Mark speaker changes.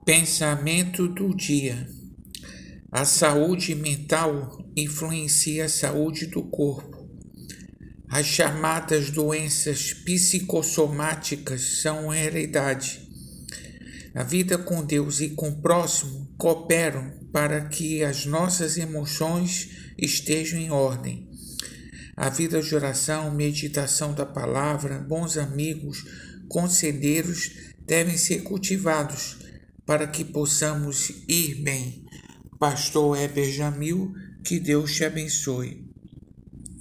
Speaker 1: Pensamento do dia. A saúde mental influencia a saúde do corpo. As chamadas doenças psicossomáticas são heredade. A vida com Deus e com o próximo cooperam para que as nossas emoções estejam em ordem. A vida de oração, meditação da palavra, bons amigos, conselheiros devem ser cultivados para que possamos ir bem. Pastor Heber Jamil, que Deus te abençoe.